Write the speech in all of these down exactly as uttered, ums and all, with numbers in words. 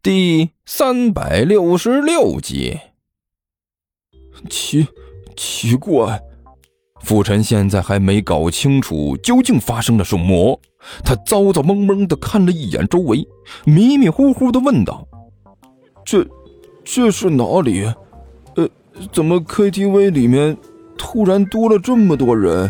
第三百六十六集。 奇奇怪， 傅晨现在还没搞清楚究竟发生了什么，他糟糟蒙蒙地看了一眼周围，迷迷糊糊地问道： 这这是哪里？呃，怎么 K T V 里面突然多了这么多人？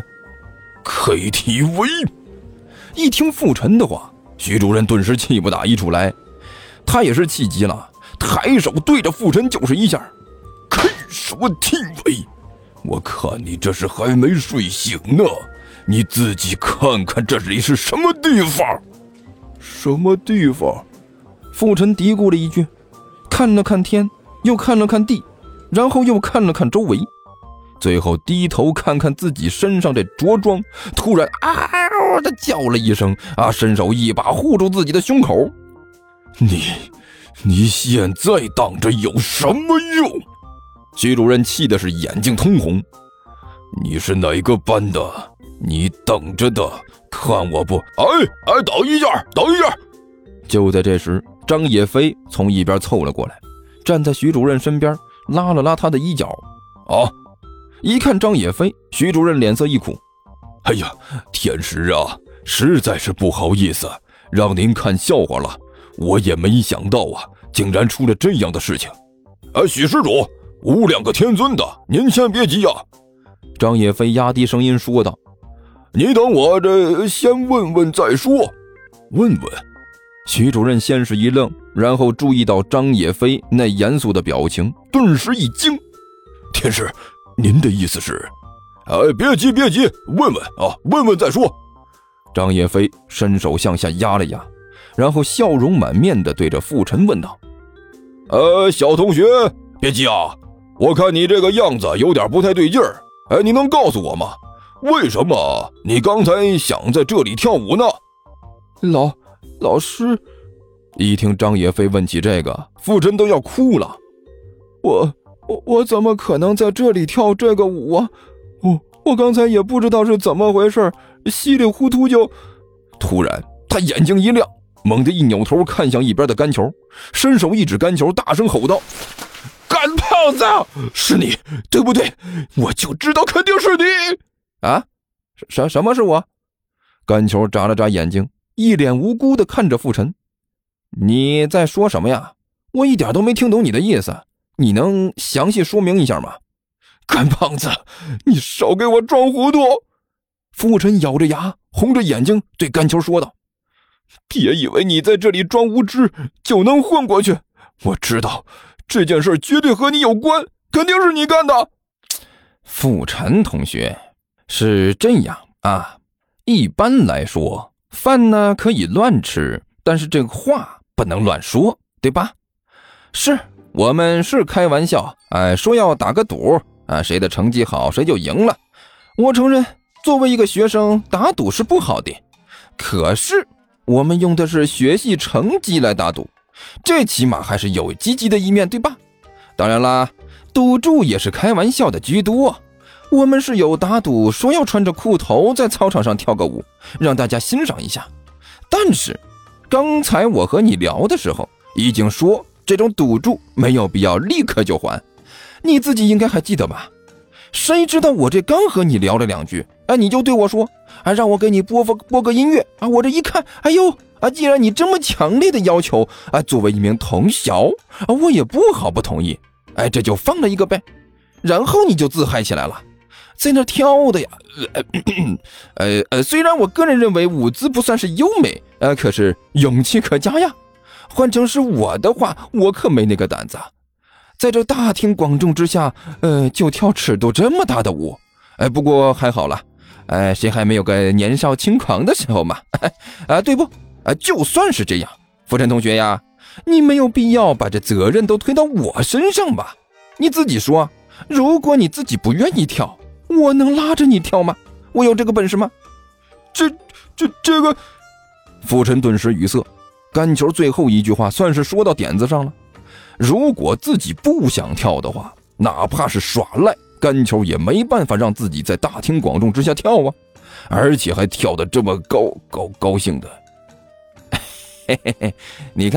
K T V？ 一听傅晨的话，徐主任顿时气不打一处来，他也是气急了，抬手对着傅晨就是一下。 K 什么 T V？ 我看你这是还没睡醒呢，你自己看看这里是什么地方？什么地方？ 傅晨嘀咕了一句，看了看天，又看了看地，然后又看了看周围，最后低头看看自己身上这着装，突然嗷的叫了一声啊，伸手一把护住自己的胸口。 你你现在挡着有什么用？ 徐主任气的是眼睛通红。 你是哪个班的？你等着的，看我不……哎哎，等一下，等一下！ 就在这时，张野飞从一边凑了过来，站在徐主任身边，拉了拉他的衣角。 啊！ 一看张野飞，徐主任脸色一苦。 哎呀，天师啊，实在是不好意思，让您看笑话了。我也没想到啊，竟然出了这样的事情。哎，许施主，无两个天尊的，您先别急啊。 张野飞压低声音说道： 你等我这先问问再说。问问？ 徐主任先是一愣，然后注意到张野飞那严肃的表情，顿时一惊。 天师，您的意思是……哎，别急别急，问问啊，问问再说。 张野飞伸手向下压了压，然后笑容满面地对着傅晨问道： 呃，小同学，别急啊，我看你这个样子有点不太对劲儿。哎，你能告诉我吗？为什么你刚才想在这里跳舞呢？ 老老师。一听张野飞问起这个，傅晨都要哭了。我我我怎么可能在这里跳这个舞啊？我我刚才也不知道是怎么回事，稀里糊涂就……突然他眼睛一亮，猛地一扭头看向一边的干球，伸手一指干球，大声吼道： 干胖子，是你对不对？我就知道肯定是你啊！什什么是我？干球眨了眨眼睛，一脸无辜地看着傅晨。你在说什么呀？我一点都没听懂你的意思，你能详细说明一下吗？ 干胖子，你少给我装糊涂！ 傅晨咬着牙，红着眼睛对干球说道： 别以为你在这里装无知就能混过去，我知道这件事绝对和你有关，肯定是你干的。 傅晨同学，是这样啊，一般来说，饭呢可以乱吃，但是这个话不能乱说，对吧？是，我们是开玩笑，哎，说要打个赌啊，谁的成绩好谁就赢了。我承认，作为一个学生，打赌是不好的。可是，我们用的是学习成绩来打赌，这起码还是有积极的一面，对吧？当然啦，赌注也是开玩笑的居多。我们是有打赌说要穿着裤头在操场上跳个舞，让大家欣赏一下。但是，刚才我和你聊的时候，已经说这种赌注没有必要立刻就还，你自己应该还记得吧？谁知道我这刚和你聊了两句，哎，你就对我说，哎，让我给你播放播个音乐啊！我这一看，哎呦啊，既然你这么强烈的要求，啊，作为一名同校啊，我也不好不同意，哎，这就放了一个呗。然后你就自嗨起来了，在那跳的呀，呃呃呃，虽然我个人认为舞姿不算是优美，呃，可是勇气可嘉呀。换成是我的话，我可没那个胆子。在这大庭广众之下，呃，就跳尺度这么大的舞，哎，不过还好了，哎，谁还没有个年少轻狂的时候嘛？啊，对不？啊，就算是这样，傅晨同学呀，你没有必要把这责任都推到我身上吧？你自己说，如果你自己不愿意跳，我能拉着你跳吗？我有这个本事吗？ 这、这、这个…… 傅晨顿时语塞。干球最后一句话算是说到点子上了。如果自己不想跳的话，哪怕是耍赖，干球也没办法让自己在大庭广众之下跳啊，而且还跳得这么高高高兴的。嘿嘿嘿，你看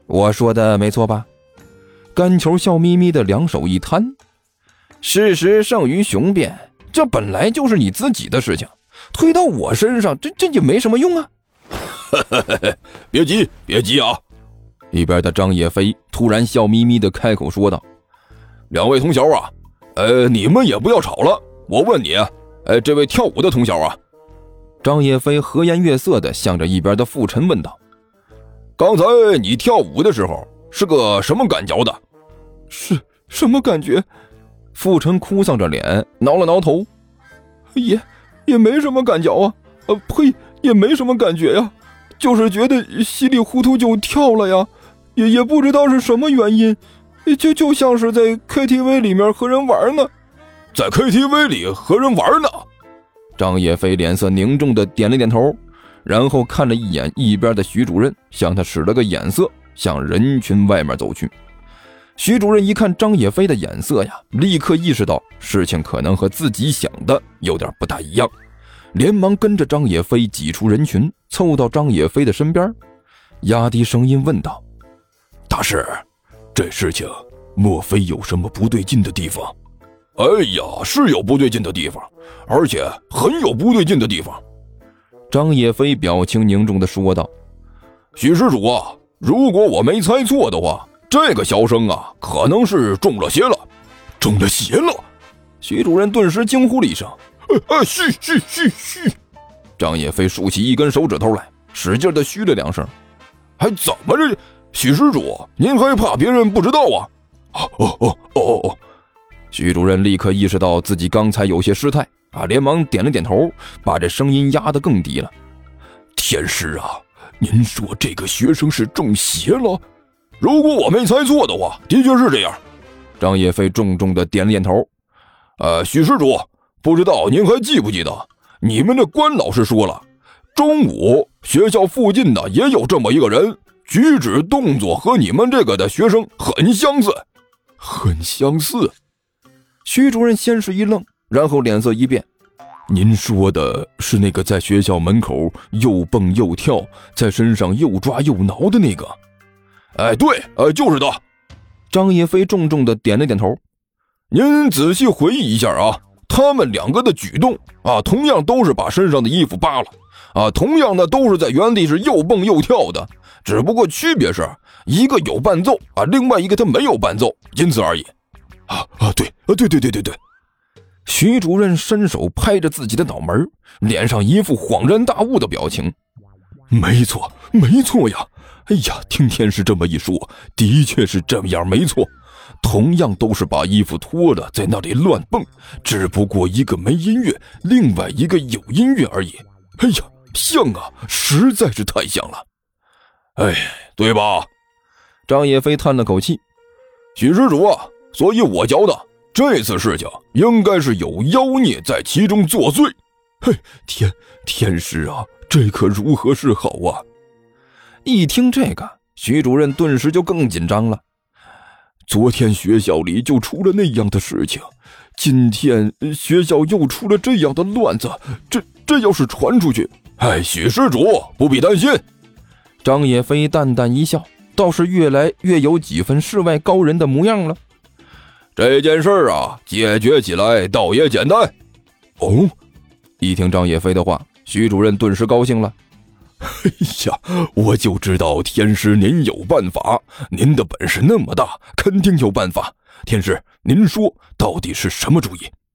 我说的没错吧？甘球笑眯眯的两手一摊，事实胜于雄辩，这本来就是你自己的事情，推到我身上，这这也没什么用啊。 别急别急啊！ 一边的张野飞突然笑眯眯的开口说道： 两位同学啊，呃，你们也不要吵了，我问你，呃，这位跳舞的同学啊。 张野飞和颜悦色的向着一边的傅晨问道： 刚才你跳舞的时候是个什么感觉的？ 是什么感觉？傅晨哭丧着脸挠了挠头，也也没什么感觉啊，呃呸，也没什么感觉呀，就是觉得稀里糊涂就跳了呀，也也不知道是什么原因，就就像是在 K T V 里面和人玩呢。 在 K T V 里和人玩呢？ 张野飞脸色凝重的点了点头，然后看了一眼一边的徐主任，向他使了个眼色，向人群外面走去。徐主任一看张野飞的眼色呀，立刻意识到事情可能和自己想的有点不大一样，连忙跟着张野飞挤出人群，凑到张野飞的身边，压低声音问道： 大师，这事情莫非有什么不对劲的地方？哎呀，是有不对劲的地方，而且很有不对劲的地方。 张野飞表情凝重地说道： 许施主啊，如果我没猜错的话，这个小生啊，可能是中了邪了。中了邪了！ 徐主任顿时惊呼了一声： 呃呃，嘘嘘嘘嘘！ 张野飞竖起一根手指头来，使劲地嘘了两声。 还怎么着？许施主，您还怕别人不知道啊？哦哦哦哦哦！ 徐主任立刻意识到自己刚才有些失态啊，连忙点了点头，把这声音压得更低了。 天师啊，您说这个学生是中邪了？如果我没猜错的话，的确是这样。 张野飞重重地点了点头。 呃，许施主，不知道您还记不记得，你们的关老师说了，中午学校附近的也有这么一个人，举止动作和你们这个的学生很相似。 很相似？徐主任先是一愣，然后脸色一变。 您说的是那个在学校门口又蹦又跳，在身上又抓又挠的那个？哎，对，呃，就是他。 张野飞重重地点了点头。 您仔细回忆一下啊，他们两个的举动啊，同样都是把身上的衣服扒了啊，同样的都是在原地是又蹦又跳的，只不过区别是一个有伴奏啊，另外一个他没有伴奏，仅此而已。啊啊，对啊，对对对对对。 徐主任伸手拍着自己的脑门，脸上一副恍然大悟的表情。 没错，没错呀！哎呀，听天师这么一说，的确是这样，没错。同样都是把衣服脱了，在那里乱蹦，只不过一个没音乐，另外一个有音乐而已。哎呀，像啊，实在是太像了。哎，对吧？ 张野飞叹了口气。 许施主啊，所以我觉得这次事情应该是有妖孽在其中作祟。嘿，天天师啊，这可如何是好啊？ 一听这个，徐主任顿时就更紧张了。 昨天学校里就出了那样的事情，今天学校又出了这样的乱子，这这要是传出去，哎，许施主不必担心。 张野飞淡淡一笑，倒是越来越有几分世外高人的模样了。 这件事啊，解决起来倒也简单。 哦，一听张野飞的话，徐主任顿时高兴了。 哎呀，我就知道天师您有办法，您的本事那么大，肯定有办法。天师，您说到底是什么主意？